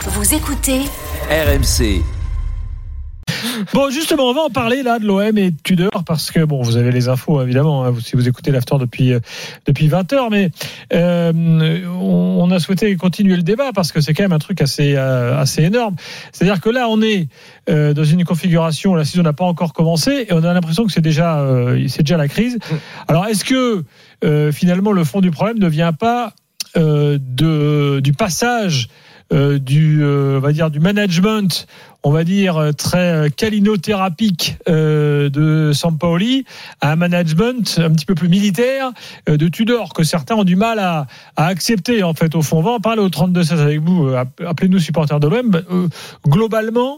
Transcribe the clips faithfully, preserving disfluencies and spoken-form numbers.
Vous écoutez R M C. Bon, justement, on va en parler là de l'O M et de Tudor parce que bon, vous avez les infos évidemment hein, si vous écoutez l'after depuis depuis vingt heures, mais euh, on a souhaité continuer le débat parce que c'est quand même un truc assez euh, assez énorme. C'est-à-dire que là, on est euh, dans une configuration, la saison n'a pas encore commencé et on a l'impression que c'est déjà euh, c'est déjà la crise. Alors, est-ce que euh, finalement le fond du problème ne vient pas euh, de du passage euh, du euh, on va dire du management, on va dire très câlinothérapique euh, de Sampaoli à un management un petit peu plus militaire euh, de Tudor que certains ont du mal à, à accepter en fait au fond. On va en parler au trente-deux seize avec vous. Appelez-nous supporters de l'O M. Euh, globalement,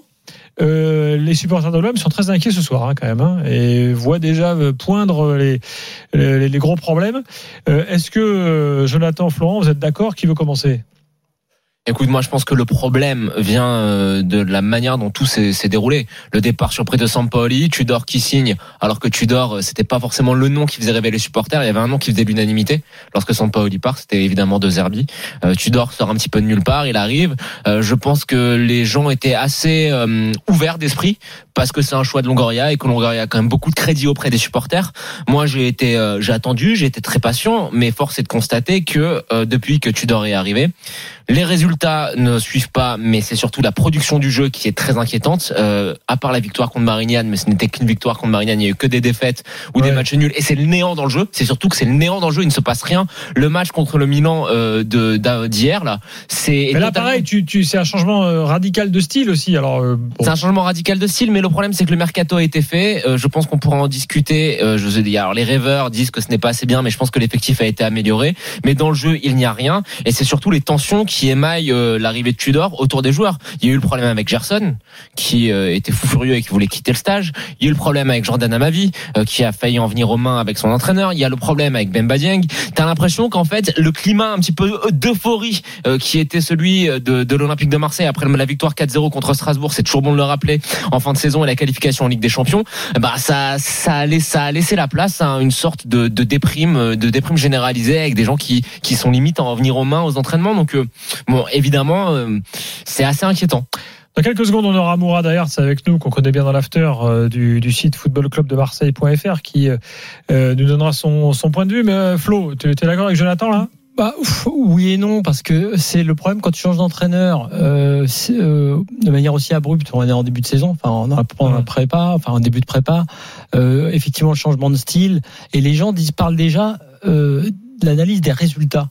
euh, les supporters de l'O M sont très inquiets ce soir hein, quand même hein, et voient déjà poindre les, les, les gros problèmes. Euh, est-ce que euh, Jonathan, Florent, vous êtes d'accord? Qui veut commencer? Écoute, moi je pense que le problème vient de la manière dont tout s'est, s'est déroulé. Le départ surpris de Sampaoli, Tudor qui signe, alors que Tudor, c'était pas forcément le nom qui faisait rêver les supporters, il y avait un nom qui faisait l'unanimité. Lorsque Sampaoli part, c'était évidemment De Zerbi. Euh, Tudor sort un petit peu de nulle part, il arrive. Euh, je pense que les gens étaient assez euh, ouverts d'esprit, parce que c'est un choix de Longoria et que Longoria a quand même beaucoup de crédit auprès des supporters. Moi j'ai été, euh, j'ai attendu, j'ai été très patient, mais force est de constater que euh, depuis que Tudor est arrivé, les résultats ne suivent pas, mais c'est surtout la production du jeu qui est très inquiétante. Euh, à part la victoire contre Marignane, mais ce n'était qu'une victoire contre Marignane, il n'y a eu que des défaites ou ouais. des matchs nuls. Et c'est le néant dans le jeu. C'est surtout que c'est le néant dans le jeu. Il ne se passe rien. Le match contre le Milan euh, de d'hier là, c'est. Mais là, totalement... pareil, tu, tu, c'est un changement euh, radical de style aussi. Alors, euh, bon. C'est un changement radical de style, mais le problème c'est que le mercato a été fait. Euh, je pense qu'on pourra en discuter. Euh, je vous ai dit, alors les rêveurs disent que ce n'est pas assez bien, mais je pense que l'effectif a été amélioré. Mais dans le jeu, il n'y a rien. Et c'est surtout les tensions qui émaillent euh, l'arrivée de Tudor autour des joueurs. Il y a eu le problème avec Gerson qui euh, était fou furieux et qui voulait quitter le stage. Il y a eu le problème avec Jordan Amavi euh, qui a failli en venir aux mains avec son entraîneur. Il y a le problème avec Bemba Dieng. T'as l'impression qu'en fait le climat un petit peu d'euphorie euh, qui était celui de, de l'Olympique de Marseille après la victoire quatre zéro contre Strasbourg, c'est toujours bon de le rappeler, en fin de saison et la qualification en Ligue des Champions, bah ça ça a laissé, ça a laissé la place à une sorte de, de déprime de déprime généralisée avec des gens qui qui sont limite à en venir aux mains aux entraînements. Donc euh, bon, évidemment euh, c'est assez inquiétant. Dans quelques secondes, on aura Mourad Ayerts avec nous, qu'on connaît bien dans l'after euh, du, du site football club de marseille point f r, qui euh, nous donnera son, son point de vue. Mais euh, Flo, tu es d'accord avec Jonathan là? Bah, ouf, oui et non, parce que c'est le problème quand tu changes d'entraîneur euh, euh, de manière aussi abrupte. On est en début de saison, enfin on a pendant la prépa, enfin en début de prépa. Euh, effectivement, le changement de style et les gens disent parlent déjà euh, de l'analyse des résultats.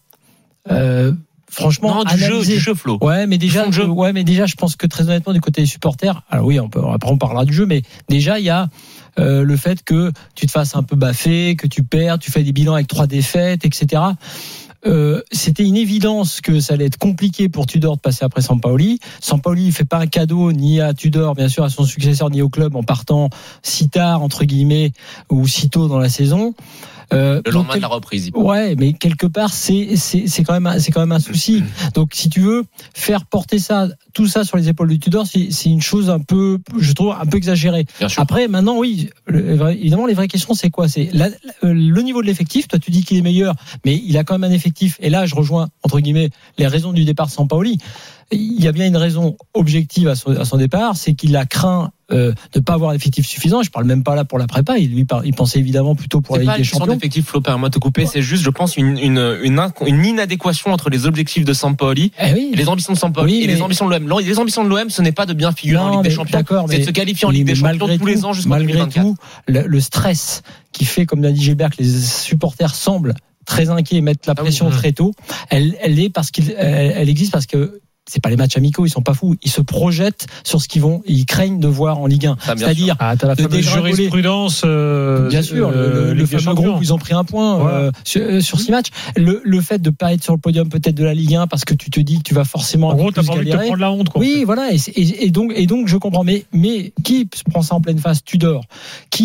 Euh, Franchement, non, du analyser... jeu, du jeu, Flo. Ouais, mais déjà, jeu. ouais, mais déjà, je pense que très honnêtement, du côté des supporters, alors oui, on peut, après on parlera du jeu, mais déjà, il y a euh, le fait que tu te fasses un peu baffer, que tu perds, tu fais des bilans avec trois défaites, et cetera. Euh, c'était une évidence que ça allait être compliqué pour Tudor de passer après Sampaoli. Sampaoli, il fait pas un cadeau ni à Tudor, bien sûr, à son successeur, ni au club en partant si tard, entre guillemets, ou si tôt dans la saison. Euh, le lendemain de la reprise. Ouais, mais quelque part c'est c'est c'est quand même c'est quand même un souci. Donc si tu veux faire porter ça tout ça sur les épaules de Tudor, c'est c'est une chose un peu, je trouve, un peu exagérée. Après maintenant oui, le, évidemment les vraies questions c'est quoi? C'est la, le niveau de l'effectif. Toi tu dis qu'il est meilleur, mais il a quand même un effectif. Et là je rejoins entre guillemets les raisons du départ de Sampaoli. Il y a bien une raison objective à son, à son départ, c'est qu'il a craint euh, de ne pas avoir d'effectif suffisant. Je parle même pas là pour la prépa. Il lui il pensait évidemment plutôt pour c'est la Ligue des Champions. C'est pas une question d'effectif, Flo, permets-moi de te couper. Ouais. C'est juste, je pense, une, une, une, une inadéquation entre les objectifs de Sampaoli eh oui. et les ambitions de Sampaoli oui, et mais... les ambitions de l'O M. Les ambitions de l'O M, ce n'est pas de bien figurer non, en Ligue des Champions. C'est de se qualifier en Ligue des Champions tous tout, les ans jusqu'en malgré deux mille vingt-quatre. Tout, le, le stress qui fait, comme l'a dit Gilbert, que les supporters semblent très inquiets et mettent la pression ah oui. très tôt. Elle, elle est parce qu'il, elle, elle existe parce que c'est pas les matchs amicaux, ils sont pas fous, ils se projettent sur ce qu'ils vont, ils craignent de voir en Ligue un. Ah, c'est-à-dire ah, t'as la fameuse jurisprudence euh, bien sûr, euh, le, le fameux groupe où ils ont pris un point voilà. euh, sur, sur six matchs. Le, le fait de pas être sur le podium peut-être de la Ligue un parce que tu te dis que tu vas forcément en gros t'as pas envie de te prendre la honte quoi. Oui, voilà, et, et, et donc et donc je comprends, mais mais qui prend ça en pleine face? Tudor, qui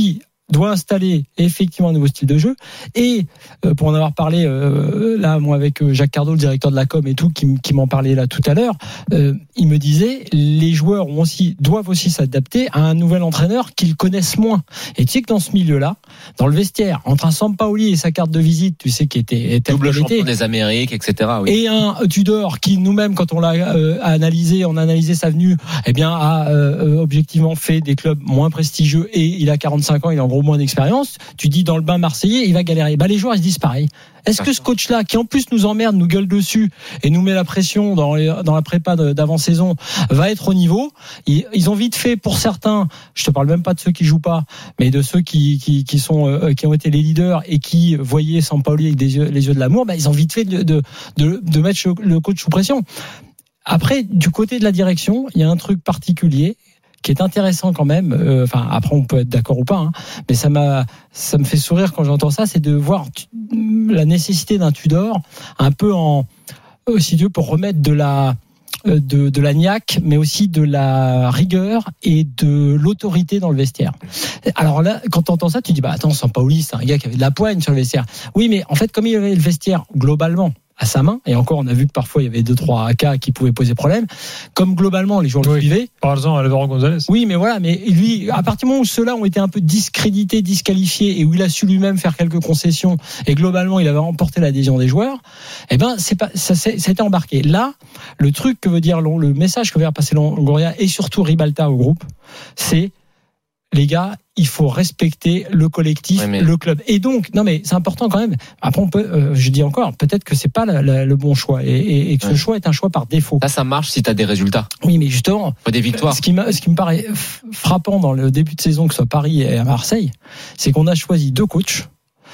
doit installer effectivement un nouveau style de jeu. Et euh, pour en avoir parlé euh, là, moi avec Jacques Cardot, le directeur de la com et tout, qui, qui m'en parlait là tout à l'heure, euh, il me disait les joueurs ont aussi, doivent aussi s'adapter à un nouvel entraîneur qu'ils connaissent moins. Et tu sais que dans ce milieu-là, dans le vestiaire, entre un Sampaoli et sa carte de visite, tu sais qui était, était double champion des Amériques, et cetera. Oui. Et un Tudor qui nous-mêmes, quand on l'a euh, analysé, on a analysé sa venue, eh bien a euh, objectivement fait des clubs moins prestigieux et il a quarante-cinq ans, il a en gros moins d'expérience. Tu dis dans le bain marseillais, il va galérer. Bah les joueurs ils se disent pareil. Est-ce que ce coach-là, qui en plus nous emmerde, nous gueule dessus et nous met la pression dans, les, dans la prépa d'avant-saison, va être au niveau? Ils, ils ont vite fait pour certains. Je te parle même pas de ceux qui jouent pas, mais de ceux qui qui, qui sont euh, qui ont été les leaders et qui voyaient Sampaoli avec des yeux, les yeux de l'amour. Bah ils ont vite fait de de de, de mettre le coach sous pression. Après, du côté de la direction, il y a un truc particulier qui est intéressant quand même. Euh, enfin, après, on peut être d'accord ou pas, hein, mais ça m'a, ça me fait sourire quand j'entends ça, c'est de voir la nécessité d'un Tudor un peu en, si tu veux, pour remettre de la, de, de la niaque, mais aussi de la rigueur et de l'autorité dans le vestiaire. Alors là, quand tu entends ça, tu dis, bah attends, Sampaoli, c'est un gars qui avait de la poigne sur le vestiaire. Oui, mais en fait, comme il avait le vestiaire globalement à sa main, et encore on a vu que parfois il y avait deux trois cas qui pouvaient poser problème, comme globalement les joueurs le oui, suivaient. Par exemple Álvaro González. Oui, mais voilà, mais lui, à partir du moment où ceux-là ont été un peu discrédités, disqualifiés, et où il a su lui-même faire quelques concessions, et globalement il avait remporté l'adhésion des joueurs, eh ben c'est pas ça, ça a été embarqué. Là, le truc que veut dire le message que veut faire passer Longoria et surtout Ribalta au groupe, c'est les gars, il faut respecter le collectif, oui, mais... le club. Et donc, non mais c'est important quand même. Après, on peut, euh, je dis encore, peut-être que c'est pas la, la, le bon choix et, et, et que ouais. ce choix est un choix par défaut. Ça, ça marche si tu as des résultats. Oui, mais justement, faut des victoires. Ce qui, ce qui me paraît frappant dans le début de saison, que ce soit Paris et à Marseille, c'est qu'on a choisi deux coachs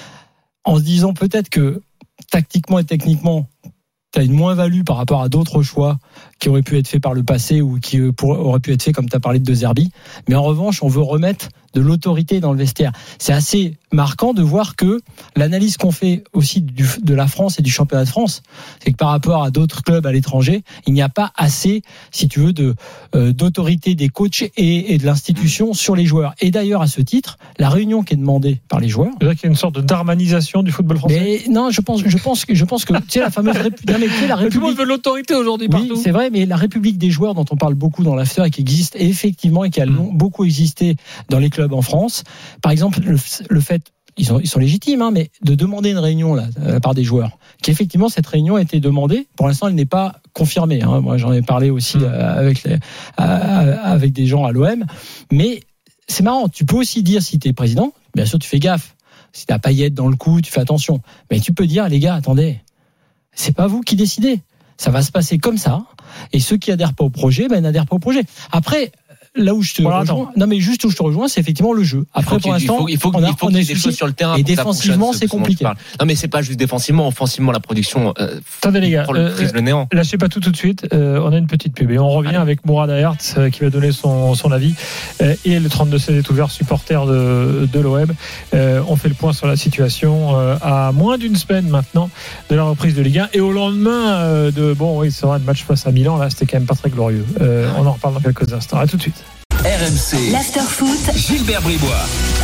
en se disant peut-être que tactiquement et techniquement, tu as une moins-value par rapport à d'autres choix qui auraient pu être faits par le passé ou qui auraient pu être faits comme tu as parlé de De Zerbi. Mais en revanche, on veut remettre de l'autorité dans le vestiaire. C'est assez marquant de voir que l'analyse qu'on fait aussi du, de la France et du championnat de France, c'est que par rapport à d'autres clubs à l'étranger, il n'y a pas assez, si tu veux, de, euh, d'autorité des coachs et, et de l'institution sur les joueurs. Et d'ailleurs, à ce titre, la réunion qui est demandée par les joueurs. C'est vrai qu'il y a une sorte de darmanisation du football français. Mais non, je pense, je pense que, je pense que, tu sais, la fameuse République. La République... Tout le monde veut l'autorité aujourd'hui oui, partout. C'est vrai, mais la République des joueurs dont on parle beaucoup dans l'after et qui existe effectivement et qui a mmh. beaucoup existé dans les clubs en France. Par exemple, le, le fait, ils sont, ils sont légitimes, hein, mais de demander une réunion là, de la part des joueurs, qu'effectivement cette réunion a été demandée. Pour l'instant, elle n'est pas confirmée. Hein. Moi, j'en ai parlé aussi mmh. euh, avec les, euh, avec des gens à l'O M. Mais c'est marrant. Tu peux aussi dire si tu es président, bien sûr, tu fais gaffe. Si t'as paillettes dans le cou, tu fais attention. Mais tu peux dire, les gars, attendez, c'est pas vous qui décidez. Ça va se passer comme ça. Et ceux qui adhèrent pas au projet, ben n'adhèrent pas au projet. Après, là où je te voilà, rejoins, non mais juste où je te rejoins, c'est effectivement le jeu. Après, pour l'instant, il faut, il faut, il faut qu'il y ait des choses sur le terrain. Et défensivement, c'est compliqué. Non mais c'est pas juste défensivement, offensivement, la production. Euh, Attendez les gars, euh, le néant. Lâchez pas tout tout de suite. Euh, on a une petite pub et on revient Allez. avec Mourad Ayart euh, qui va donner son son avis euh, et le trente-deux seize est ouvert, supporter de de l'O M. Euh, on fait le point sur la situation euh, à moins d'une semaine maintenant de la reprise de Ligue un et au lendemain euh, de bon oui, c'est vrai, le match face à Milan là, c'était quand même pas très glorieux. Euh, on en reparle dans quelques instants. À tout de suite. R M C l'Afterfoot, Gilbert Bribois.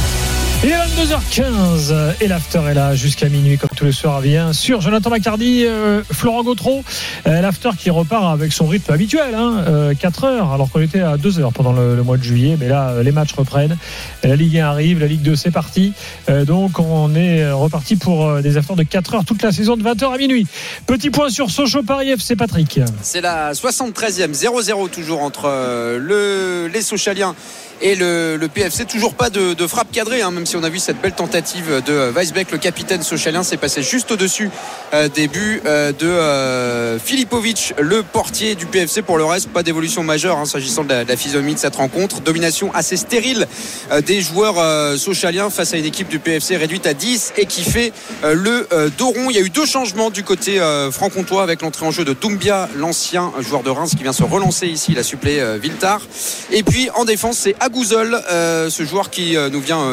Il est vingt-deux heures quinze et l'after est là jusqu'à minuit comme tous les soirs, bien sûr. Jonathan Maccardy, euh, Florent Gautreau, euh, l'after qui repart avec son rythme habituel, hein, euh, quatre heures alors qu'on était à deux heures pendant le, le mois de juillet, mais là les matchs reprennent, la Ligue un arrive, la Ligue deux c'est parti, euh, donc on est reparti pour des afters de quatre heures toute la saison de vingt heures à minuit. Petit point sur Sochaux Paris F C, Patrick. C'est la soixante-treizième, zéro zéro toujours entre euh, le, les Sochaliens et le, le P F C. Toujours pas de, de frappe cadrée, hein, même si on a vu cette belle tentative de Weisbeck, le capitaine sochalien. C'est passé juste au-dessus euh, des buts euh, de euh, Filipovic, le portier du P F C. Pour le reste, pas d'évolution majeure, hein, s'agissant de la, de la physionomie de cette rencontre. Domination assez stérile euh, des joueurs euh, sochaliens face à une équipe du P F C réduite à dix et qui fait euh, le euh, dos rond. Il y a eu deux changements du côté euh, franc-comtois avec l'entrée en jeu de Doumbia, l'ancien joueur de Reims qui vient se relancer ici. Il a supplé euh, Viltar. Et puis en défense, c'est Agouzol, euh, ce joueur qui euh, nous vient euh, du L O S C,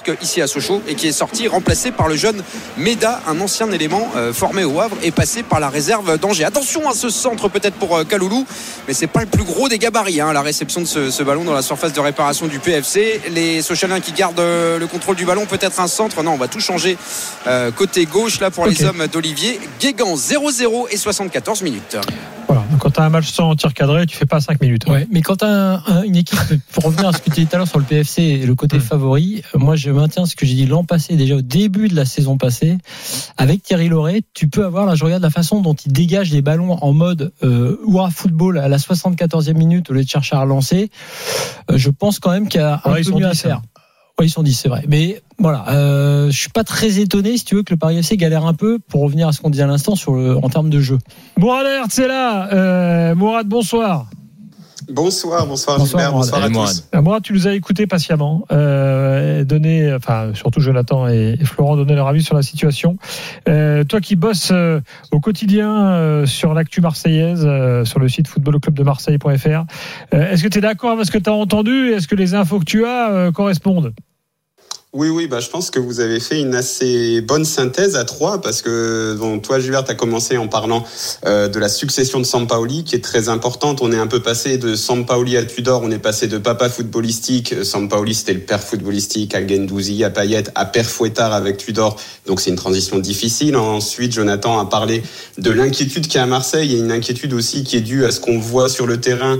risque ici à Sochaux et qui est sorti remplacé par le jeune Meda, un ancien élément euh, formé au Havre et passé par la réserve d'Angers. Attention à ce centre peut-être pour euh, Kaloulou, mais c'est pas le plus gros des gabarits hein, la réception de ce, ce ballon dans la surface de réparation du P F C. Les Sochaliens qui gardent euh, le contrôle du ballon, peut-être un centre. Non, on va tout changer euh, côté gauche là pour okay. les hommes d'Olivier Guégan. Zéro zéro et soixante-quatorze minutes. Voilà, donc quand tu as un match sans tir cadré, tu fais pas cinq minutes. Ouais, mais quand tu as un, une équipe, pour revenir à ce que tu disais tout à l'heure sur le P F C et le côté mmh. favori, moi je maintiens ce que j'ai dit l'an passé, déjà au début de la saison passée, avec Thierry Lauré, tu peux avoir, là je regarde la façon dont il dégage les ballons en mode euh, Oura football à la soixante-quatorzième minute au lieu de chercher à relancer. Euh, je pense quand même qu'il y a un ouais, peu mieux à faire. Hein. Oui, ils sont dix, c'est vrai. Mais voilà, euh, je suis pas très étonné, si tu veux, que le Paris F C galère un peu, pour revenir à ce qu'on disait à l'instant sur le, en termes de jeu. Mourad Hertz, c'est là. Euh, Mourad, bonsoir. Bonsoir, bonsoir, bonsoir Gilbert, bonsoir à Mourad. tous. Mourad, tu nous as écouté patiemment, euh, donner, enfin surtout Jonathan et, et Florent donner leur avis sur la situation. Euh, toi qui bosses euh, au quotidien euh, sur l'actu marseillaise, euh, sur le site football au club de marseille point f r, euh, est-ce que tu es d'accord avec ce que tu as entendu et est-ce que les infos que tu as euh, correspondent ? Oui, oui, bah, je pense que vous avez fait une assez bonne synthèse à trois, parce que bon, toi, Gilbert, tu as commencé en parlant euh, de la succession de Sampaoli, qui est très importante. On est un peu passé de Sampaoli à Tudor, on est passé de papa footballistique. Sampaoli, c'était le père footballistique, à Guendouzi, à Payet, à père Fouettard avec Tudor. Donc, c'est une transition difficile. Ensuite, Jonathan a parlé de l'inquiétude qu'il y a à Marseille. Il y a une inquiétude aussi qui est due à ce qu'on voit sur le terrain,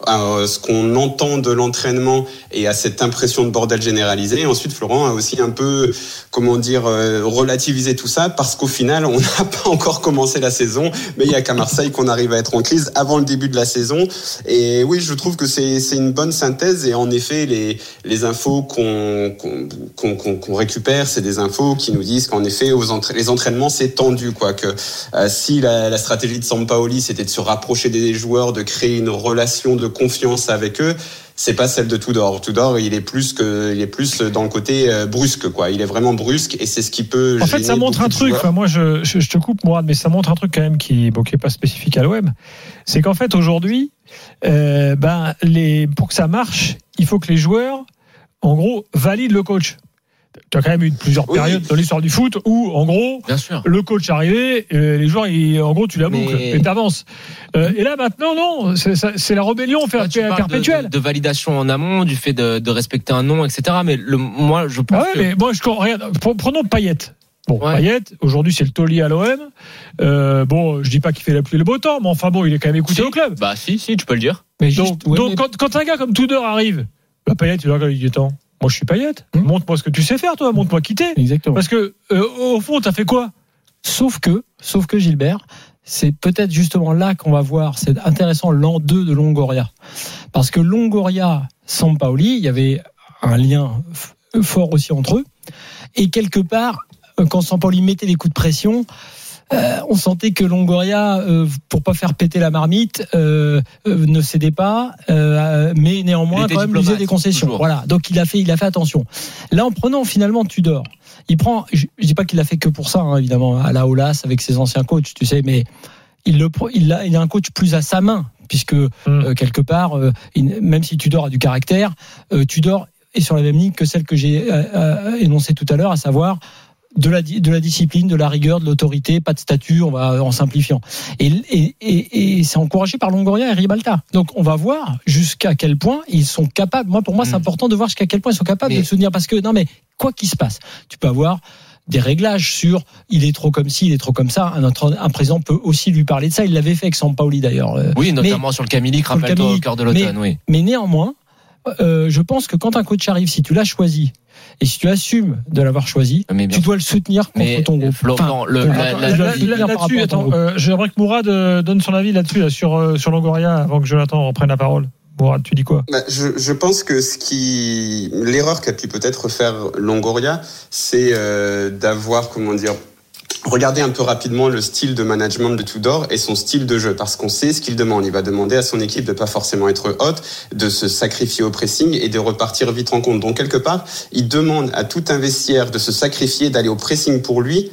à ce qu'on entend de l'entraînement et à cette impression de bordel généralisé. Et ensuite, Florent a aussi un peu, comment dire, euh, relativisé tout ça, parce qu'au final, on n'a pas encore commencé la saison, mais il n'y a qu'à Marseille qu'on arrive à être en crise avant le début de la saison. Et oui, je trouve que c'est, c'est une bonne synthèse. Et en effet, les, les infos qu'on, qu'on, qu'on, qu'on, qu'on récupère, c'est des infos qui nous disent qu'en effet, aux entra- les entraînements, c'est tendu, quoi. Que euh, si la, la stratégie de Sampaoli, c'était de se rapprocher des joueurs, de créer une relation de confiance avec eux, c'est pas celle de Tudor. Tudor, il est plus que, il est plus dans le côté euh, brusque, quoi. Il est vraiment brusque et c'est ce qui peut. En fait, ça montre un truc. Enfin, moi, je, je, je te coupe, Mourad, mais ça montre un truc quand même qui, bon, qui est pas spécifique à l'O M. C'est qu'en fait, aujourd'hui, euh, ben, les, pour que ça marche, il faut que les joueurs, en gros, valident le coach. Tu as quand même eu plusieurs oui. périodes dans l'histoire du foot où, en gros, le coach arrivait, et les joueurs, ils, en gros, tu la boucles mais... et t'avances. Euh, et là, maintenant, non, c'est, c'est la rébellion ouais, perpétuelle. De, de, de validation en amont, du fait de, de respecter un nom, et cetera. Mais le, moi, je pense ah ouais, que... mais moi, je regarde, prenons Payet. Bon, ouais. Payet, aujourd'hui, c'est le taulier à l'O M. Euh, bon, je dis pas qu'il fait la pluie et le beau temps, mais enfin bon, il est quand même écouté si. au club. Bah, si, si, tu peux le dire. Mais donc, juste, ouais, donc mais... quand, quand un gars comme Tudor arrive, bah, Payet, il regarde, il dit, attends, moi, je suis Payet. Hum. Montre-moi ce que tu sais faire, toi. Montre-moi qui t'es. Exactement. Parce que, euh, au fond, t'as fait quoi? Sauf que, sauf que Gilbert, c'est peut-être justement là qu'on va voir, c'est intéressant, l'an deux de Longoria. Parce que Longoria, Sampaoli, il y avait un lien f- fort aussi entre eux. Et quelque part, quand Sampaoli mettait des coups de pression, Euh, on sentait que Longoria, euh, pour pas faire péter la marmite, euh, euh, ne cédait pas, euh, mais néanmoins quand même lui faisait des concessions. Toujours. Voilà, donc il a fait, il a fait attention. Là, en prenant finalement Tudor, il prend. Je, je dis pas qu'il l'a fait que pour ça, hein, évidemment, à la Aulas avec ses anciens coachs, tu sais, mais il le, il a, il a un coach plus à sa main, puisque mmh. euh, quelque part, euh, il, même si Tudor a du caractère, euh, Tudor est sur la même ligne que celle que j'ai euh, euh, énoncée tout à l'heure, à savoir. De la, de la discipline, de la rigueur, de l'autorité, pas de statut, on va en simplifiant. Et, et, et, et c'est encouragé par Longoria et Ribalta. Donc on va voir jusqu'à quel point ils sont capables. Moi, pour moi, c'est mmh. important de voir jusqu'à quel point ils sont capables mais... de se tenir. Parce que, non, mais quoi qu'il se passe, tu peux avoir des réglages sur il est trop comme ci, il est trop comme ça. Un, un président peut aussi lui parler de ça. Il l'avait fait avec Sampaoli d'ailleurs. Oui, notamment mais, sur le Camilic, rappelle-toi au cœur de l'automne. Mais, oui. mais néanmoins, euh, je pense que quand un coach arrive, si tu l'as choisi, et si tu assumes de l'avoir choisi, tu dois le soutenir contre mais ton groupe. Florent, enfin, le, la, la, la, la, là, là-dessus, attends, euh, j'aimerais que Mourad euh, donne son avis là-dessus, là, sur, euh, sur Longoria, avant que Jonathan reprenne la parole. Mourad, tu dis quoi? bah, je, je pense que ce qui, l'erreur qu'a pu peut-être faire Longoria, c'est euh, d'avoir, comment dire, regardez un peu rapidement le style de management de Tudor et son style de jeu, parce qu'on sait ce qu'il demande. Il va demander à son équipe de pas forcément être haute, de se sacrifier au pressing et de repartir vite en compte. Donc quelque part, il demande à tout un vestiaire de se sacrifier, d'aller au pressing pour lui,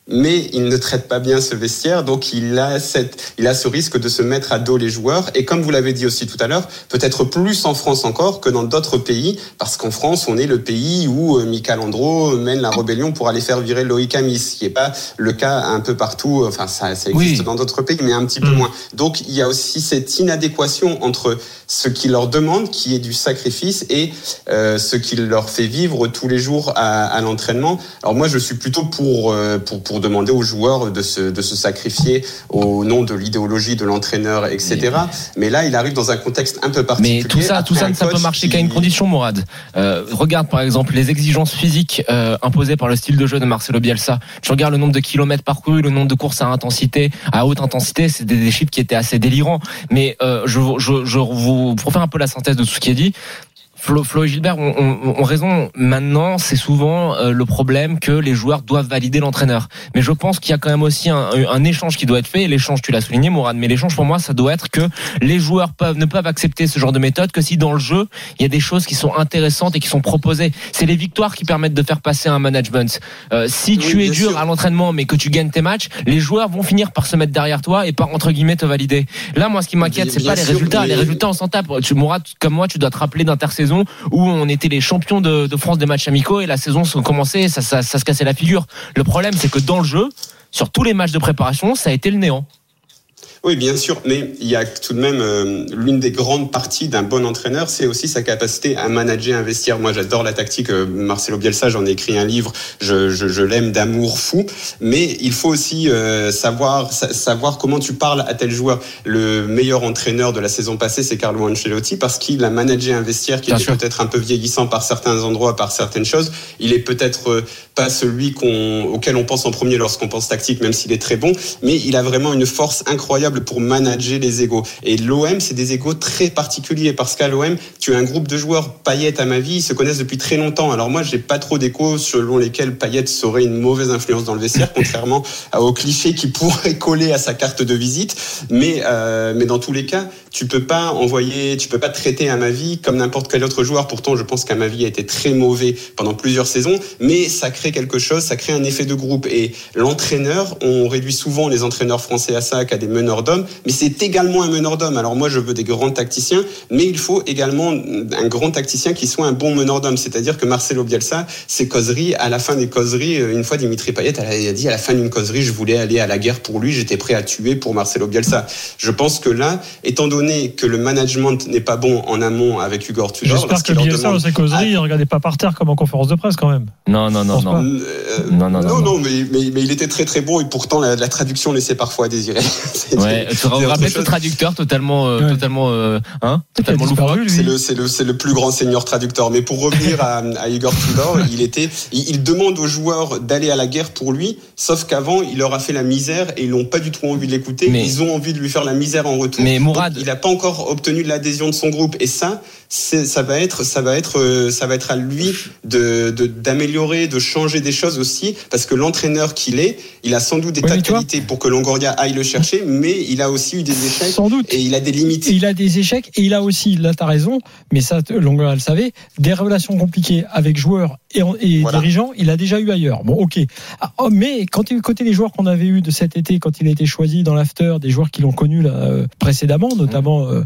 mais il ne traite pas bien ce vestiaire, donc il a cette, il a ce risque de se mettre à dos les joueurs. Et comme vous l'avez dit aussi tout à l'heure, peut-être plus en France encore que dans d'autres pays, parce qu'en France, on est le pays où Michael Landreau mène la rébellion pour aller faire virer Loïc Amis, ce qui n'est pas le cas un peu partout. Enfin, ça, ça existe oui. dans d'autres pays, mais un petit mmh. peu moins. Donc, il y a aussi cette inadéquation entre ce qu'il leur demande, qui est du sacrifice, et euh, ce qu'il leur fait vivre tous les jours à, à l'entraînement. Alors moi, je suis plutôt pour euh, pour pour demander aux joueurs de se de se sacrifier au nom de l'idéologie de l'entraîneur, et cetera. Mais, mais là, il arrive dans un contexte un peu particulier. Mais tout ça, tout ça, ça peut marcher qui... qu'à une condition, Mourad. Euh, regarde par exemple les exigences physiques euh, imposées par le style de jeu de Marcelo Bielsa. Tu regardes le nombre de kilomètres parcourus, le nombre de courses à intensité, à haute intensité, c'est des, des chiffres qui étaient assez délirants. Mais euh, je, je, je vous pour faire un peu la synthèse de tout ce qui est dit. Flo, Flo et Gilbert ont, ont, ont raison. Maintenant, c'est souvent euh, le problème que les joueurs doivent valider l'entraîneur. Mais je pense qu'il y a quand même aussi un, un échange qui doit être fait. Et l'échange, tu l'as souligné, Mourad, mais l'échange pour moi, ça doit être que les joueurs peuvent ne peuvent accepter ce genre de méthode que si dans le jeu, il y a des choses qui sont intéressantes et qui sont proposées. C'est les victoires qui permettent de faire passer un management. Euh, si tu oui, es dur sûr. à l'entraînement, mais que tu gagnes tes matchs, les joueurs vont finir par se mettre derrière toi et par entre guillemets te valider. Là, moi, ce qui m'inquiète, bien, c'est bien pas sûr, les résultats. Mais... Les résultats, on s'en tape. Tu, Mourad, comme moi, tu dois te rappeler d'intersaison où on était les champions de, de France des matchs amicaux et la saison se commençait, ça, ça, ça se cassait la figure. Le problème, c'est que dans le jeu, sur tous les matchs de préparation, ça a été le néant. Oui, bien sûr, mais il y a tout de même euh, l'une des grandes parties d'un bon entraîneur, c'est aussi sa capacité à manager un vestiaire. Moi, j'adore la tactique euh, Marcelo Bielsa, j'en ai écrit un livre, je, je, je l'aime d'amour fou, mais il faut aussi euh, savoir savoir comment tu parles à tel joueur. Le meilleur entraîneur de la saison passée, c'est Carlo Ancelotti, parce qu'il a managé un vestiaire qui est peut-être un peu vieillissant par certains endroits, par certaines choses. Il est peut-être euh, pas celui qu'on, auquel on pense en premier lorsqu'on pense tactique, même s'il est très bon, mais il a vraiment une force incroyable pour manager les égos. Et l'O M, c'est des égos très particuliers parce qu'à l'O M, tu as un groupe de joueurs, Payet à ma vie, ils se connaissent depuis très longtemps. Alors moi, j'ai pas trop d'échos selon lesquels Payet serait une mauvaise influence dans le vestiaire, contrairement aux clichés qui pourraient coller à sa carte de visite. Mais euh, mais dans tous les cas, tu peux pas envoyer, tu peux pas traiter à ma vie comme n'importe quel autre joueur. Pourtant, je pense qu'à ma vie a été très mauvais pendant plusieurs saisons, mais ça crée quelque chose, ça crée un effet de groupe. Et l'entraîneur, on réduit souvent les entraîneurs français à ça, qu'à des meneurs d'hommes, mais c'est également un meneur d'hommes. Alors moi, je veux des grands tacticiens, mais il faut également un grand tacticien qui soit un bon meneur d'hommes. C'est-à-dire que Marcelo Bielsa, ses causeries, à la fin des causeries, une fois Dimitri Payet a dit à la fin d'une causerie, je voulais aller à la guerre pour lui, j'étais prêt à tuer pour Marcelo Bielsa. Je pense que là, étant donné que le management n'est pas bon en amont avec Hugo Tudor, j'espère que Bielsa dans ses causeries, il ne regardait pas par terre comme en conférence de presse quand même. Non, non, non, non. Euh, non, non, non, non, non, mais, mais, mais il était très très bon et pourtant la, la traduction laissait parfois à désirer. Ouais, tu vous rappelez ce traducteur totalement, euh, ouais. totalement, euh, hein, totalement loufoque. C'est le, c'est le, c'est le plus grand senior traducteur. Mais pour revenir à, à Igor Tudor, il était, il, il demande aux joueurs d'aller à la guerre pour lui, sauf qu'avant, il leur a fait la misère et ils n'ont pas du tout envie de l'écouter. Mais, ils ont envie de lui faire la misère en retour. Mais Mourad, donc, il n'a pas encore obtenu l'adhésion de son groupe. Et ça, c'est, ça va être, ça va être, ça va être à lui de, de, d'améliorer, de changer des choses aussi, parce que l'entraîneur qu'il est, il a sans doute des oui, tas de qualités pour que Longoria aille le chercher, mais il a aussi eu des échecs. Sans doute. Et il a des limites. Il a des échecs et il a aussi, là t'as raison, mais ça Longoria le savait, des relations compliquées avec joueurs et, et voilà. dirigeants, il a déjà eu ailleurs. Bon, ok. Mais quand tu côté les joueurs qu'on avait eu de cet été, quand il a été choisi dans l'after, des joueurs qui l'ont connu là, euh, précédemment, notamment euh,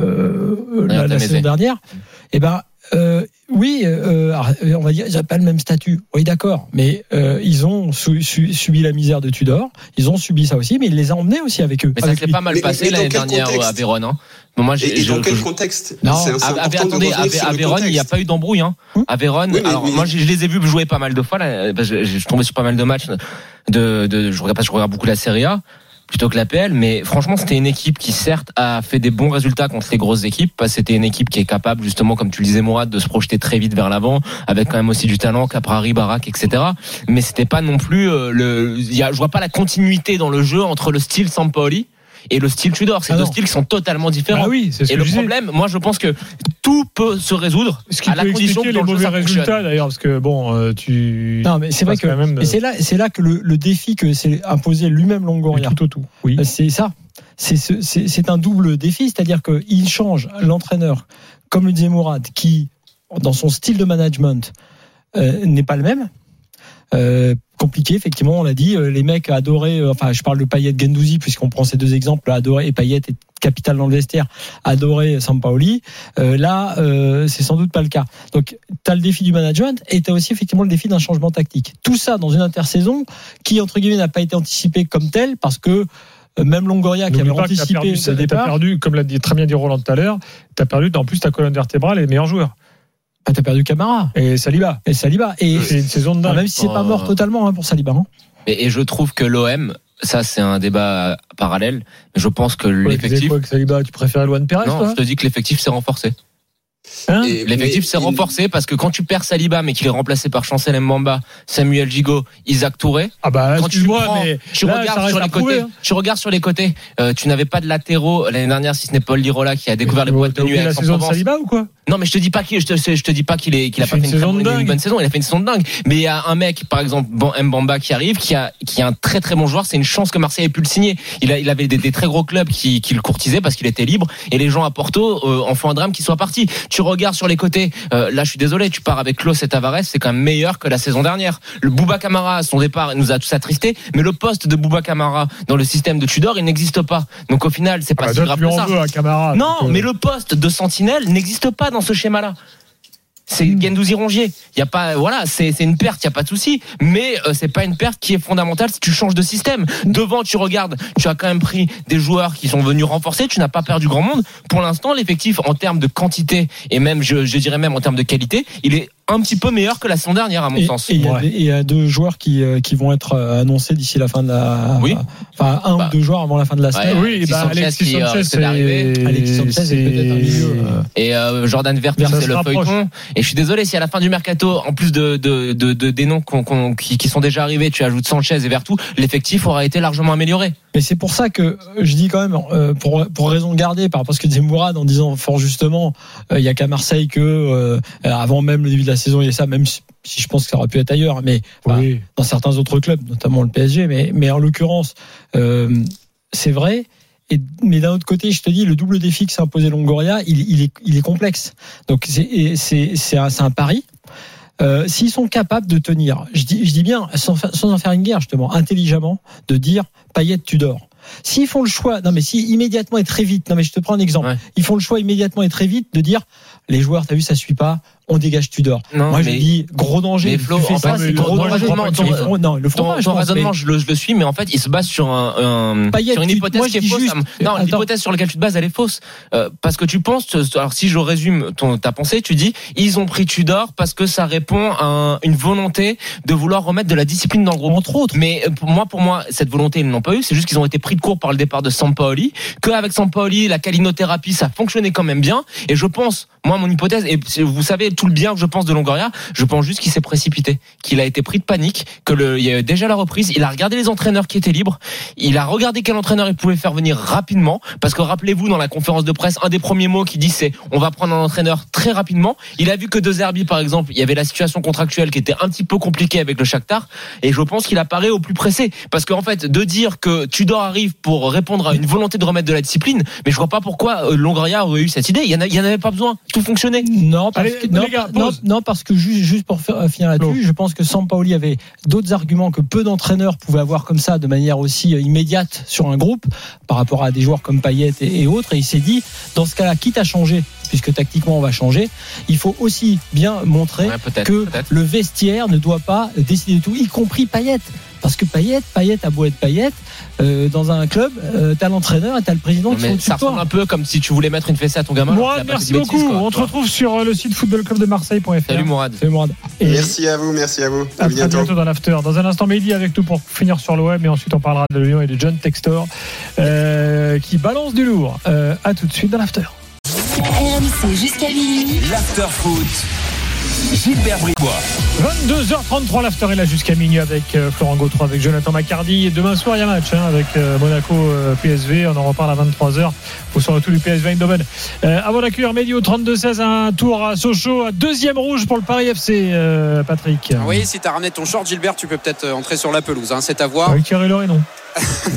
euh, la, la saison dernière, et eh ben. Euh, oui, euh, on va dire, ils n'ont pas le même statut. Oui, d'accord, mais euh, ils ont su, su, subi la misère de Tudor. Ils ont subi ça aussi, mais il les a emmenés aussi avec eux. Mais ça s'est pas mal mais, passé mais l'année dernière contexte à Vérone. Hein. Bon, moi, j'ai, et, et dans je, quel je, contexte Non, c'est, c'est à, attendez, à, à Vérone, il n'y a pas eu d'embrouille. Hein. Hum à Vérone, oui, alors mais, moi, je, je les ai vus jouer pas mal de fois. Là, je, je suis tombé sur pas mal de matchs. De, de, je regarde pas, je regarde beaucoup la Serie A. Plutôt que l'A P L, mais franchement c'était une équipe qui certes a fait des bons résultats contre les grosses équipes, parce que c'était une équipe qui est capable justement, comme tu le disais Mourad, de se projeter très vite vers l'avant, avec quand même aussi du talent, Caprari, Barak, et cetera. Mais c'était pas non plus euh, le, il y a, je vois pas la continuité dans le jeu entre le style Sampaoli et le style Tudor. C'est ah deux non. styles qui sont totalement différents. Ah oui, c'est ce et que le je problème, disais. Moi je pense que tout peut se résoudre ce qui à la peut condition que les dans mauvais le jeu, ça résultats fonctionne. D'ailleurs, parce que bon, euh, tu. Non, mais c'est vrai que de... c'est là, c'est là que le, le défi que s'est imposé lui-même Longoria. Tout au tout. Oui. C'est ça. C'est, c'est, c'est un double défi, c'est-à-dire qu'il change l'entraîneur, comme le disait Mourad, qui dans son style de management euh, n'est pas le même. Euh, compliqué, effectivement, on l'a dit. Les mecs adoraient, enfin, je parle de Payet, Guendouzi, puisqu'on prend ces deux exemples, adoraient, et Payet est capital dans le vestiaire, adoraient Sampaoli. Euh, là, euh, c'est sans doute pas le cas. Donc, tu as le défi du management et tu as aussi effectivement le défi d'un changement tactique. Tout ça dans une intersaison qui, entre guillemets, n'a pas été anticipée comme telle, parce que même Longoria qui avait anticipé ce départ, t'as perdu, comme l'a dit très bien dit Roland tout à l'heure, tu as perdu en plus ta colonne vertébrale et les meilleurs joueurs. Ah, t'as perdu Camara et Saliba et Saliba et c'est une saison de dingue. Ah, même si c'est pas mort totalement hein, pour Saliba. Hein. Et, et je trouve que l'O M, ça c'est un débat parallèle, mais je pense que ouais, l'effectif. Quoi, que Saliba, tu préfères Luan Pérez? Non, toi je te dis que l'effectif s'est renforcé. Hein et, l'effectif s'est renforcé parce que quand tu perds Saliba mais qu'il est remplacé par Chancel Mbamba, Samuel Gigot, Isaac Touré, ah bah quand tu moi prends, mais tu là, regardes sur les prouver, côtés, hein. tu regardes sur les côtés, euh, tu n'avais pas de latéraux l'année dernière si ce n'est Paul Lirola qui a découvert mais les boîtes de nuit avec la saison de Saliba ou quoi? Non mais je te dis pas qu'il je te, je te dis pas qu'il est qu'il a pas fait une, saison une, une bonne saison, il a fait une saison de dingue, mais il y a un mec par exemple Mbamba qui arrive qui a qui est un très très bon joueur, c'est une chance que Marseille ait pu le signer. Il a il avait des, des très gros clubs qui qui le courtisaient parce qu'il était libre et les gens à Porto euh, en font un drame qu'il soit parti. Tu regardes sur les côtés, euh, là je suis désolé, tu pars avec Klose et Tavares, c'est quand même meilleur que la saison dernière. Le Bouba Camara à son départ nous a tous attristés, mais le poste de Bouba Camara dans le système de Tudor, il n'existe pas. Donc au final, c'est pas ah, si grave que ça. Veux à Camara, non, donc, euh... mais le poste de sentinelle n'existe pas dans ce schéma-là. C'est Guendouzi Rongier. Il y a pas, voilà, c'est c'est une perte, il y a pas de souci. Mais euh, c'est pas une perte qui est fondamentale si tu changes de système. Devant, tu regardes, tu as quand même pris des joueurs qui sont venus renforcer. Tu n'as pas perdu grand monde. Pour l'instant, l'effectif en termes de quantité et même, je, je dirais même en termes de qualité, il est un petit peu meilleur que la saison dernière à mon et, sens. Et il ouais. y, y a deux joueurs qui euh, qui vont être annoncés d'ici la fin de la. Oui. Enfin, un bah, ou deux joueurs avant la fin de la semaine. Ouais, oui, bah, Alexis Sanchez, Sanchez c'est arrivé. Alexis Sanchez c'est peut-être un milieu. Euh... Et euh, Jordan Verter, c'est le feuilleton. Et je suis désolé si à la fin du mercato, en plus de de de, de des noms qu'on, qu'on, qui, qui sont déjà arrivés, tu ajoutes Sanchez et Vertou, l'effectif aura été largement amélioré. Mais c'est pour ça que je dis quand même, euh, pour pour raison gardée, par rapport à ce que disait Mourad en disant fort justement, il euh, y a qu'à Marseille que euh, avant même le début de la saison, il y a ça, même si, si je pense que ça aurait pu être ailleurs, mais enfin, oui. dans certains autres clubs, notamment le P S G, mais mais en l'occurrence, euh, c'est vrai. Et, mais d'un autre côté, je te dis, le double défi que s'est imposé Longoria, il, il est il est complexe. Donc c'est c'est c'est un, c'est un pari. Euh, s'ils sont capables de tenir, je dis, je dis bien, sans, sans en faire une guerre justement, intelligemment, de dire Payet, Tudor. S'ils font le choix, non mais si immédiatement et très vite, non mais je te prends un exemple, ouais. Ils font le choix immédiatement et très vite de dire les joueurs, t'as vu, ça suit pas, on dégage Tudor. Non, moi je dis gros danger. Mais Flo, tu fais ça, fait, c'est gros danger. Ton, non, le ton, pas, ton raisonnement, mais... je, le, je le suis, mais en fait, il se base sur un, un Payet, sur une hypothèse moi, qui est fausse. Juste, non, attends. L'hypothèse sur laquelle tu te bases, elle est fausse, euh, parce que tu penses. Alors, si je résume ton ta pensée, tu dis ils ont pris Tudor parce que ça répond à un, une volonté de vouloir remettre de la discipline dans le groupe, entre autres. Mais pour moi, pour moi, cette volonté, ils ne l'ont pas eu. C'est juste qu'ils ont été pris de court par le départ de Sampaoli. Que avec Sampaoli, la calinothérapie, ça fonctionnait quand même bien. Et je pense, moi, mon hypothèse, et vous savez tout le bien que je pense de Longoria, je pense juste qu'il s'est précipité, qu'il a été pris de panique, que le, il y a eu déjà la reprise, il a regardé les entraîneurs qui étaient libres, il a regardé quel entraîneur il pouvait faire venir rapidement, parce que rappelez-vous, dans la conférence de presse, un des premiers mots qu'il dit, c'est on va prendre un entraîneur très rapidement. Il a vu que De Zerbi, par exemple, il y avait la situation contractuelle qui était un petit peu compliquée avec le Shakhtar, et je pense qu'il apparaît au plus pressé, parce qu'en fait, de dire que Tudor arrive pour répondre à une volonté de remettre de la discipline, mais je vois pas pourquoi Longoria aurait eu cette idée. Il y en a, il y en avait pas besoin, tout fonctionnait. Non, parce Allez, que, non, gars, non, non, parce que juste, juste pour faire, finir là-dessus, non. Je pense que Sampaoli avait d'autres arguments que peu d'entraîneurs pouvaient avoir comme ça de manière aussi immédiate sur un groupe par rapport à des joueurs comme Payet et, et autres. Et il s'est dit, dans ce cas-là, quitte à changer, puisque tactiquement on va changer, il faut aussi bien montrer ouais, peut-être, que peut-être. le vestiaire ne doit pas décider de tout, y compris Payet. Parce que Payet, Payet a beau être Payet, euh, dans un club, euh, t'as l'entraîneur et t'as le président qui sont au-dessus de toi. Ça ressemble un peu comme si tu voulais mettre une fessée à ton gamin. Mourad, merci beaucoup. Bêtises, on te retrouve sur le site football club de marseille point f r. Salut Mourad. Salut Mourad. Et merci à vous, merci à vous. À, à bientôt. bientôt dans l'after. Dans un instant, Mehdi avec nous pour finir sur l'O M et ensuite on parlera de Lyon et de John Textor euh, qui balance du lourd. Euh, à tout de suite dans l'after. R M C jusqu'à minuit. L'after foot. Gilbert Bribois. vingt-deux heures trente-trois, l'after est là jusqu'à minuit avec euh, Florent Gautreau, avec Jonathan Maccardy. Et demain soir, il y a match hein, avec euh, Monaco euh, P S V. On en reparle à vingt-trois heures. Faut sur le tout du P S V Eindhoven. Euh, avant d'accueillir Mehdi au trente-deux seize, un tour à Sochaux, à deuxième rouge pour le Paris F C, euh, Patrick. Oui, si tu as ramené ton short, Gilbert, tu peux peut-être entrer sur la pelouse. Hein, c'est à voir. Avec Thierry Loret, non.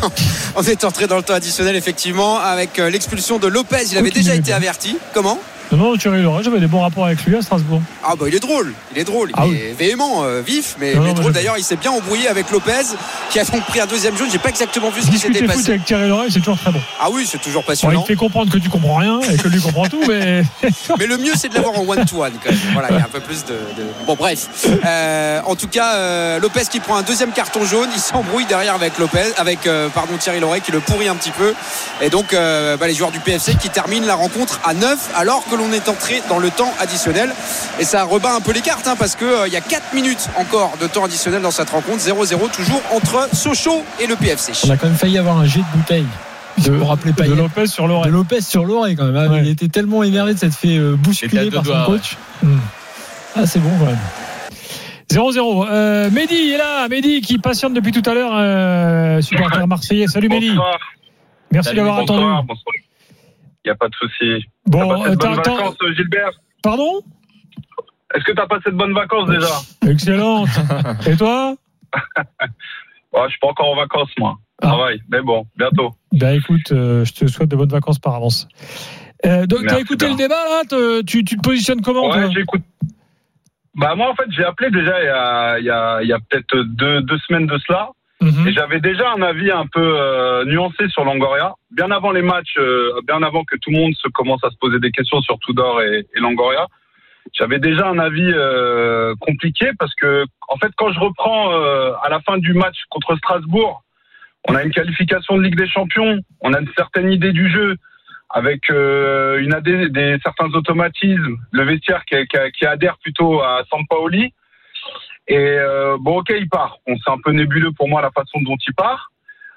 On est entré dans le temps additionnel, effectivement, avec l'expulsion de Lopez. Il avait déjà été averti. Comment ? Non, non, Thierry Loret, j'avais des bons rapports avec lui à Strasbourg. Ah bah il est drôle, il est drôle, il ah, est oui. véhément, euh, vif, mais, non, mais non, drôle. mais D'ailleurs, il s'est bien embrouillé avec Lopez, qui a donc pris un deuxième jaune. J'ai pas exactement vu ce qui s'était Discuter foot passé. avec Thierry Loret, c'est toujours très bon. Ah oui, c'est toujours Bon, passionnant. il te fait comprendre que tu comprends rien et que lui comprend tout, mais. Mais le mieux, c'est de l'avoir en one-to-one quand même. Voilà, il y a un peu plus de. de... Bon, bref. Euh, en tout cas, euh, Lopez qui prend un deuxième carton jaune, il s'embrouille derrière avec Lopez, avec euh, pardon Thierry Loret qui le pourrit un petit peu. Et donc, euh, bah, les joueurs du P F C qui terminent la rencontre à neuf, alors que l'on est entré dans le temps additionnel. Et ça rebat un peu les cartes, hein, parce que euh, il y a quatre minutes encore de temps additionnel dans cette rencontre. zéro zéro toujours entre Sochaux et le P F C. On a quand même failli avoir un jet de bouteille. De, pour rappeler de Lopez sur Loret. De Lopez sur Loret quand même. Hein. Ouais. Il était tellement énervé de s'être fait euh, bousculer par son coach. Ouais. Mmh. Ah, c'est bon quand même. zéro zéro. Euh, Mehdi est là. Mehdi qui patiente depuis tout à l'heure, euh, supporter marseillais. Salut Mehdi. Bonsoir. Merci Salut, d'avoir bonsoir, attendu. Bonsoir. Il n'y a pas de souci. Bon, t'as passé de bonnes t'as, vacances, t'as... Gilbert. Pardon ? Est-ce que tu as passé de bonnes vacances déjà ? Excellente. Et toi ? Ouais, je suis pas encore en vacances, moi. Je travaille, ah. mais bon, bientôt. Ben écoute, euh, je te souhaite de bonnes vacances par avance. Euh, donc, tu as écouté bien. Le débat, là te, tu, tu te positionnes comment ? Ouais, j'écoute. Bah, moi, en fait, j'ai appelé déjà il y a, il y a, il y a peut-être deux, deux semaines de cela. Mm-hmm. Et j'avais déjà un avis un peu euh, nuancé sur Longoria. Bien avant les matchs, euh, bien avant que tout le monde se commence à se poser des questions sur Tudor et, et Longoria. J'avais déjà un avis euh, compliqué parce que, en fait, quand je reprends euh, à la fin du match contre Strasbourg, on a une qualification de Ligue des Champions, on a une certaine idée du jeu, avec euh, une des, des certains automatismes, le vestiaire qui, qui, qui adhère plutôt à Sampaoli. Et euh, bon, ok, il part. On c'est un peu nébuleux pour moi la façon dont il part.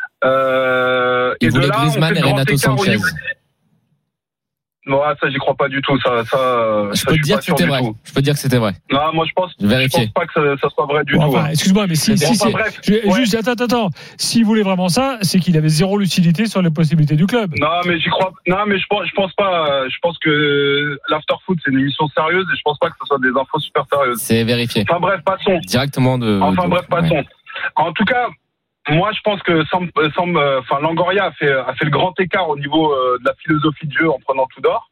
Euh, il et voulait de là, Griezmann on fait et Renato Sanchez. Non, ça j'y crois pas du tout. Ça, ça. Je ça, peux je te dire que c'était vrai. tout. Je peux te dire que c'était vrai. Non, moi je pense. Je, je pense pas que ça, ça soit vrai du bon, tout. Enfin, excuse-moi, mais si, bon, si enfin, c'est, bref, je, ouais. juste attends, attends. S'il voulait vraiment ça, c'est qu'il avait zéro lucidité sur les possibilités du club. Non, mais j'y crois. Non, mais je pense, je pense pas. Je pense que l'After Foot c'est une émission sérieuse et je pense pas que ce soit des infos super sérieuses. C'est vérifié. Enfin bref, passons. Directement de. Enfin de, bref, passons. Ouais. En tout cas. Moi, je pense que Sam, Sam, enfin, Longoria a fait, a fait le grand écart au niveau euh, de la philosophie de jeu en prenant Tudor.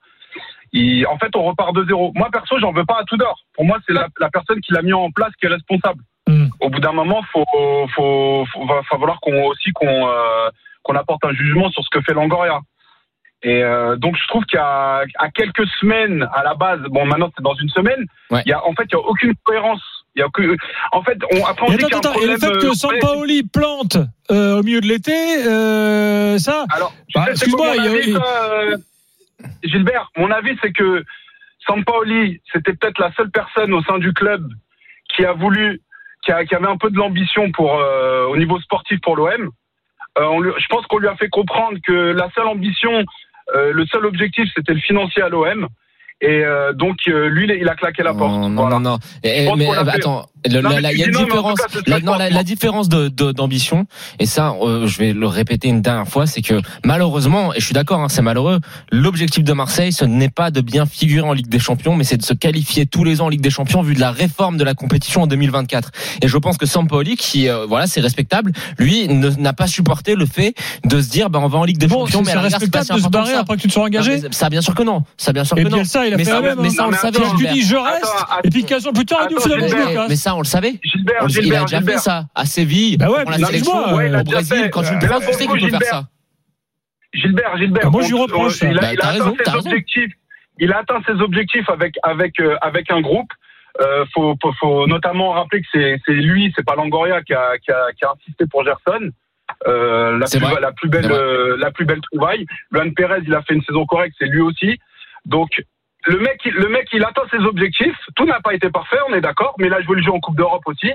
Il, en fait, on repart de zéro. Moi, perso, j'en veux pas à Tudor. Pour moi, c'est la, la personne qui l'a mis en place qui est responsable. Mm. Au bout d'un moment, faut, faut, faut, va falloir qu'on aussi qu'on, euh, qu'on apporte un jugement sur ce que fait Longoria. Et euh, donc, je trouve qu'il y a à quelques semaines à la base, bon, maintenant c'est dans une semaine. Ouais. Il y a en fait, il y a aucune cohérence. Il y a que, en fait, on, après on dit attends, qu'il y a un attends, problème. Et le fait que Sampaoli plante euh, au milieu de l'été, euh, ça. Alors, bah, excuse-moi, il y a. Avis, ça, euh, Gilbert, mon avis, c'est que Sampaoli, c'était peut-être la seule personne au sein du club qui a voulu, qui, a, qui avait un peu de l'ambition pour, euh, au niveau sportif pour l'O M. Euh, on lui, je pense qu'on lui a fait comprendre que la seule ambition, euh, le seul objectif, c'était le financier à l'O M. Et euh, donc euh, lui il a claqué la porte. Non non voilà. non. non. Et, mais attends, le, non, la, il y a une différence. Cas, la, non, la, la différence de, de d'ambition. Et ça, euh, je vais le répéter une dernière fois, c'est que malheureusement, et je suis d'accord, hein, c'est malheureux. L'objectif de Marseille, ce n'est pas de bien figurer en Ligue des Champions, mais c'est de se qualifier tous les ans en Ligue des Champions, vu de la réforme de la compétition en deux mille vingt-quatre. Et je pense que Sampaoli, qui euh, voilà, c'est respectable, lui ne, n'a pas supporté le fait de se dire, bah on va en Ligue des bon, Champions. C'est, mais c'est respectable de se barrer après que tu te sois engagé. Non, ça, bien sûr que non. Ça, bien sûr que non. Et ça, il a mais fait ça, la même. Mais ça, on le savait. Tu dis je reste, attends, attends, et puis quinze ans plus tard, il nous fait la même. Mais ça, on le savait. Gilbert, on, Gilbert, il a déjà Gilbert. fait ça à Séville, bah ouais, pour la sélection, ouais, au Brésil. Quand tu le prends, tu sais qu'il peut faire ça. Gilbert, Gilbert. Bah moi, je lui reproche. Il a, bah, il a atteint ses objectifs. Il a atteint ses objectifs avec avec euh, avec un groupe. Euh, faut, faut, faut notamment rappeler que c'est c'est lui, c'est pas Longoria qui a qui a qui a insisté pour Gerson. Euh, la, plus, la plus belle euh, la plus belle trouvaille. Luan Pérez, il a fait une saison correcte, c'est lui aussi. Donc le mec, le mec, il atteint ses objectifs. Tout n'a pas été parfait, on est d'accord. Mais là, je veux le jouer en Coupe d'Europe aussi.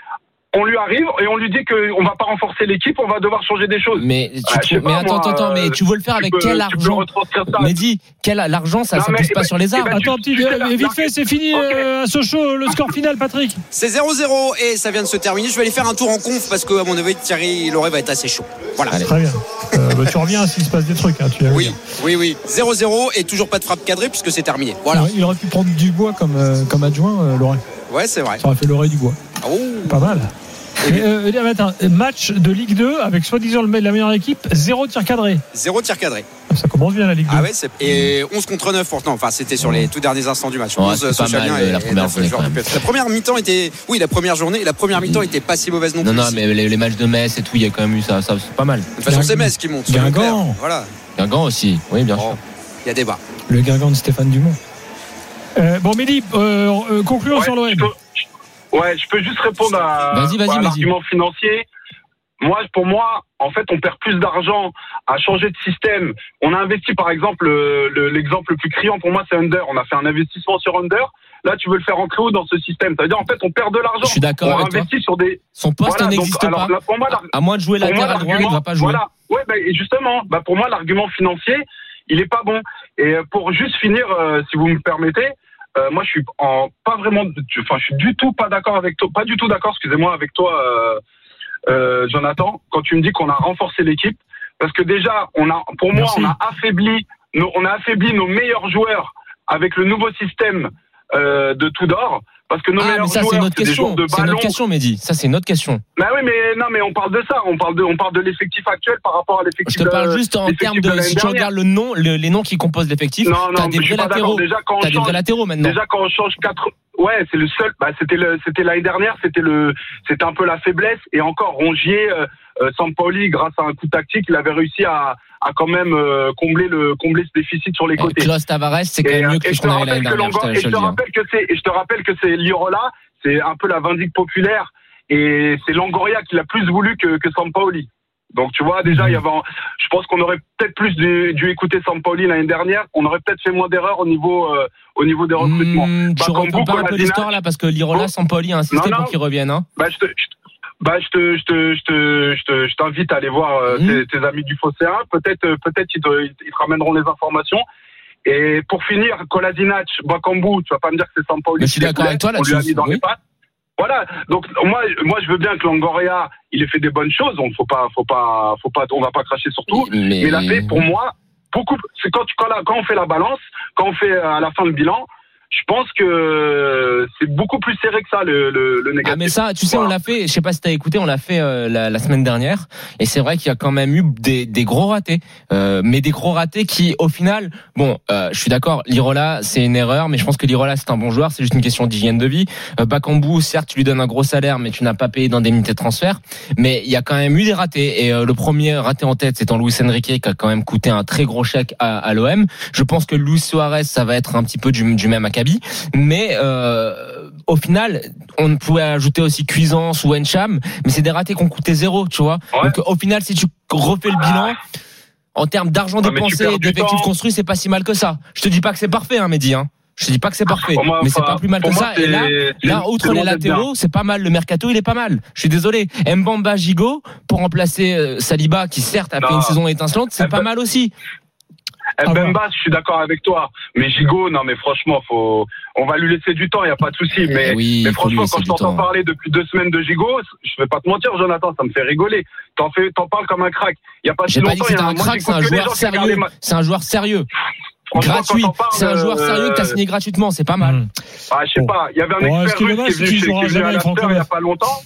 On lui arrive et on lui dit qu'on va pas renforcer l'équipe, on va devoir changer des choses. Mais, tu, euh, mais pas, attends, moi, attends, mais tu veux le faire avec peux, quel argent? Mais dis, quel l'argent, ça ne s'appuie pas bah, sur les arbres. Bah, attends, petit, vite fait, c'est fini okay. euh, à Sochaux, le score final, Patrick. C'est zéro zéro et ça vient de se terminer. Je vais aller faire un tour en conf parce que, à mon avis, Thierry Loret va être assez chaud. Voilà. Allez. Très bien. Euh, bah, tu reviens s'il se passe des trucs. Hein, tu oui, dire. oui, oui. zéro zéro et toujours pas de frappe cadrée puisque c'est terminé. Voilà. Il aurait pu prendre Dubois comme, euh, comme adjoint, euh, Loret. Ouais, c'est vrai. Ça aurait fait Loret Dubois. Oh. Pas mal. Mais, euh, attends, match de Ligue deux avec soi-disant la meilleure équipe, zéro tir cadré. Zéro tir cadré. Ça commence bien la Ligue deux. Ah ouais, c'est... et onze contre neuf pourtant. Enfin, c'était sur les tout derniers instants du match. Ouais, onze Sochaliens et la première journée. La première mi-temps était, oui, la première journée, la première mi-temps était pas si mauvaise non plus. Non, non, mais les, les matchs de Metz et tout, il y a quand même eu ça, ça c'est pas mal. De toute façon, c'est Metz qui monte. Guingamp. Voilà. Guingamp aussi, oui, bien bon, sûr. Il y a débat. Le Guingamp de Stéphane Dumont. Euh, bon, Mehdi, euh, euh, concluons ouais, sur l'O M. Je peux, ouais, je peux juste répondre à, vas-y, vas-y, à vas-y. l'argument financier. Moi, pour moi, en fait, on perd plus d'argent à changer de système. On a investi, par exemple, le, le, l'exemple le plus criant pour moi, c'est Under. On a fait un investissement sur Under. Là, tu veux le faire entrer où dans ce système? Ça veut dire, en fait, on perd de l'argent. Je suis d'accord on avec investit toi. sur des. Son poste Voilà, n'existe donc, pas. alors, là, pour moi, à moins de jouer latéral droit, il ne va pas jouer. Voilà. Ouais, bah, et justement, bah, pour moi, l'argument financier, il est pas bon. Et pour juste finir, euh, si vous me permettez, euh, moi, je suis en, pas vraiment, enfin, je suis du tout pas d'accord avec toi, pas du tout d'accord, excusez-moi, avec toi, euh, euh, Jonathan, quand tu me dis qu'on a renforcé l'équipe, parce que déjà, on a, pour moi, Merci. on a affaibli, nos, on a affaibli nos meilleurs joueurs avec le nouveau système euh, de Tudor. Parce que nos Ah, meilleurs mais ça, joueurs, c'est notre c'est des joueurs question. de C'est ballon. notre question, Mehdi. Ça, c'est notre question. Bah oui, mais non, mais on parle de ça. On parle de, on parle de l'effectif actuel par rapport à l'effectif. Je te parle de, juste en l'effectif termes de, l'année si tu dernière. regardes le nom, le- les noms qui composent l'effectif, Non, t'as non, des je suis vrais pas latéraux. d'accord. Déjà, quand on T'as des change, vrais latéraux maintenant. déjà quand on change quatre, ouais, c'est le seul. Bah, c'était le, c'était l'année dernière, c'était le, c'était un peu la faiblesse. Et encore, Rongier, euh, euh, Sampaoli, grâce à un coup tactique, il avait réussi à, à quand même euh, combler le, combler ce déficit sur les côtés. Klaus Tavares, c'est quand Et, même mieux et que je ce te qu'on avait l'année rappelle que dernière. Longo- Je te, et je te je te le dis. hein. rappelle que c'est, et je te rappelle que c'est Lirola, c'est un peu la vindicte populaire, et c'est Longoria qui l'a plus voulu que, que Sampaoli. Donc tu vois, déjà, il y avait, je pense qu'on aurait peut-être plus dû, dû écouter Sampaoli l'année dernière. On aurait peut-être fait moins d'erreurs au niveau, euh, au niveau des recrutements. Mmh, tu Bakambu, reprends pas un peu Kolasinac. l'histoire là, parce que Lirola, Oh. Sampaoli a insisté Non, non. pour qu'il revienne. Hein. Bah, je te, je, bah, je te, je te, je te, je te, je t'invite à aller voir euh, Mmh. tes, tes amis du Phocéen. Peut-être, euh, peut-être ils te, ils te ramèneront les informations. Et pour finir, Kolasinac, Bakambu, tu vas pas me dire que c'est Sampaoli. Mais je suis qui les d'accord voulait, avec toi on lui a là-dessus, mis dans oui. les pattes. Voilà. Donc moi, moi, je veux bien que Longoria, il ait fait des bonnes choses. On faut pas, faut pas, faut pas, on va pas cracher sur tout. Mais- Mais il a fait, pour moi, beaucoup. C'est quand, tu- quand, la- quand on fait la balance, quand on fait à la fin le bilan, je pense que c'est beaucoup plus serré que ça le, le, le négatif. Ah mais ça, tu sais, Voilà. on l'a fait. Je sais pas si t'as écouté, on l'a fait euh, la, la semaine dernière. Et c'est vrai qu'il y a quand même eu des, des gros ratés, euh, mais des gros ratés qui, au final, bon, euh, je suis d'accord. Lirola, c'est une erreur, mais je pense que Lirola c'est un bon joueur. C'est juste une question d'hygiène de vie. Euh, Bakambu, certes, tu lui donnes un gros salaire, mais tu n'as pas payé d'indemnité de transfert. Mais il y a quand même eu des ratés. Et euh, le premier raté en tête, c'est en Luis Enrique, qui a quand même coûté un très gros chèque à, à l'O M. Je pense que Luis Suarez, ça va être un petit peu du, du même acabit. Mais euh, au final, on pouvait ajouter aussi Cuisance ou Encham, mais c'est des ratés qui ont coûté zéro, tu vois. Ouais. Donc au final, si tu refais le bilan, en termes d'argent Ouais, mais tu dépensé perds et du d'effectifs temps. construits, c'est pas si mal que ça. Je te dis pas que c'est parfait, hein, Mehdi. Hein. Je te dis pas que c'est parfait, Pour moi, mais c'est enfin, pas plus mal pour que moi, ça. c'est- Et là, c'est- là, c'est outre loin les d'être bien. latéraux, c'est pas mal. Le mercato, il est pas mal. Je suis désolé. Mbamba, Gigot pour remplacer euh, Saliba, qui certes a fait Non. une saison étincelante, c'est Eh pas ben- mal aussi. Ah Mbemba, je suis d'accord avec toi. Mais Gigot, non, mais franchement, faut, on va lui laisser du temps, il n'y a pas de souci. Mais, Eh oui, mais il faut lui franchement, laisser quand je du t'entends temps. parler depuis deux semaines de Gigot, je vais pas te mentir, Jonathan, ça me fait rigoler. T'en fais, t'en parles comme un crack. Il y a pas si J'ai pas longtemps, dit que il y c'était a un moi, crack, c'est j'écoute un que les joueur gens qui regardent sérieux. les ma- C'est un joueur sérieux. Franchement, quand Gratuit. t'en parles, C'est un joueur sérieux que t'as euh, signé gratuitement, c'est pas mal. Mmh. Ah, je sais Bon. pas. Il y avait un Bon, ce expert qui est russe dommage, qui est venu, c'est qu'il chez, qui jouera est venu jamais à avec l'after il y a Franco pas longtemps.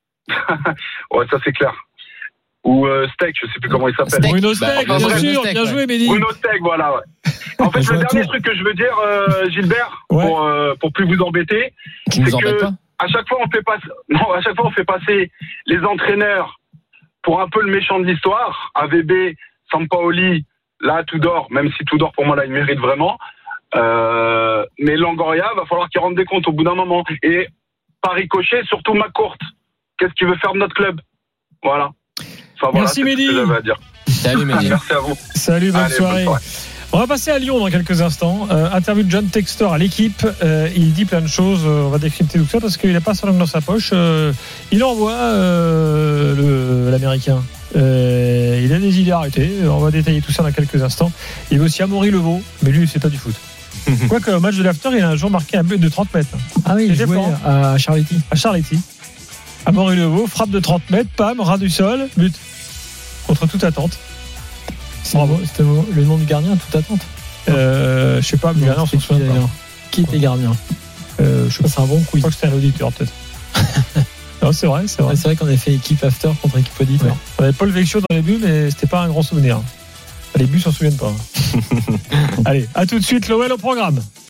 Ouais, ça c'est clair. Ou euh, Steak, je sais plus comment il s'appelle. Steak. Bruno Bah, Steak, bah, bien Bruno sûr, Steak, bien ouais. joué, Mehdi. Bruno Steak, voilà, ouais. En fait, Je le vois dernier tout. truc que je veux dire, euh, Gilbert, Ouais. pour, euh, pour plus vous embêter, Tu nous c'est embêtes que pas. à chaque fois on fait passer, non, à chaque fois on fait passer les entraîneurs pour un peu le méchant de l'histoire. A V B, Sampaoli, là Tudor, même si Tudor pour moi là il mérite vraiment. Euh, mais Longoria, va falloir qu'il rende des comptes au bout d'un moment. Et par ricochet, surtout McCourt. Qu'est-ce qu'il veut faire de notre club? Voilà. Enfin, voilà, Merci, c'est tout ce Mehdi. que j'avais à dire. Salut, Mehdi. Merci à vous. Salut, bonne Allez, soirée. bonne soirée. On va passer à Lyon dans quelques instants. Euh, interview de John Textor à l'équipe. Euh, il dit plein de choses. Euh, on va décrypter tout ça parce qu'il n'a pas sa langue dans sa poche. Euh, il envoie euh, le, l'Américain. Euh, il a des idées arrêtées. On va détailler tout ça dans quelques instants. Il y a aussi Amaury Levaux, mais lui, c'est pas du foot. Quoique, au match de l'after, il a un jour marqué un but de trente mètres. Ah oui, il C'était jouait fort. à Charletti. À Charletti. Amaury Levaux, frappe de trente mètres, pam, ras du sol, but. Contre toute attente. Bravo. C'était le nom du gardien, toute attente. Euh, je sais pas, mais Non, gardien, on c'était s'en souvient qui, pas. d'ailleurs Qui était gardien Euh, je sais pas, C'est un bon je quiz. crois que c'était un auditeur, peut-être. Non, c'est vrai, c'est vrai. Ouais, c'est vrai qu'on avait fait équipe after contre équipe auditeur. Ouais. On avait Paul Vecchio dans les buts, mais c'était pas un grand souvenir. Les bus s'en souviennent pas. Allez, à tout de suite, l'O L au programme.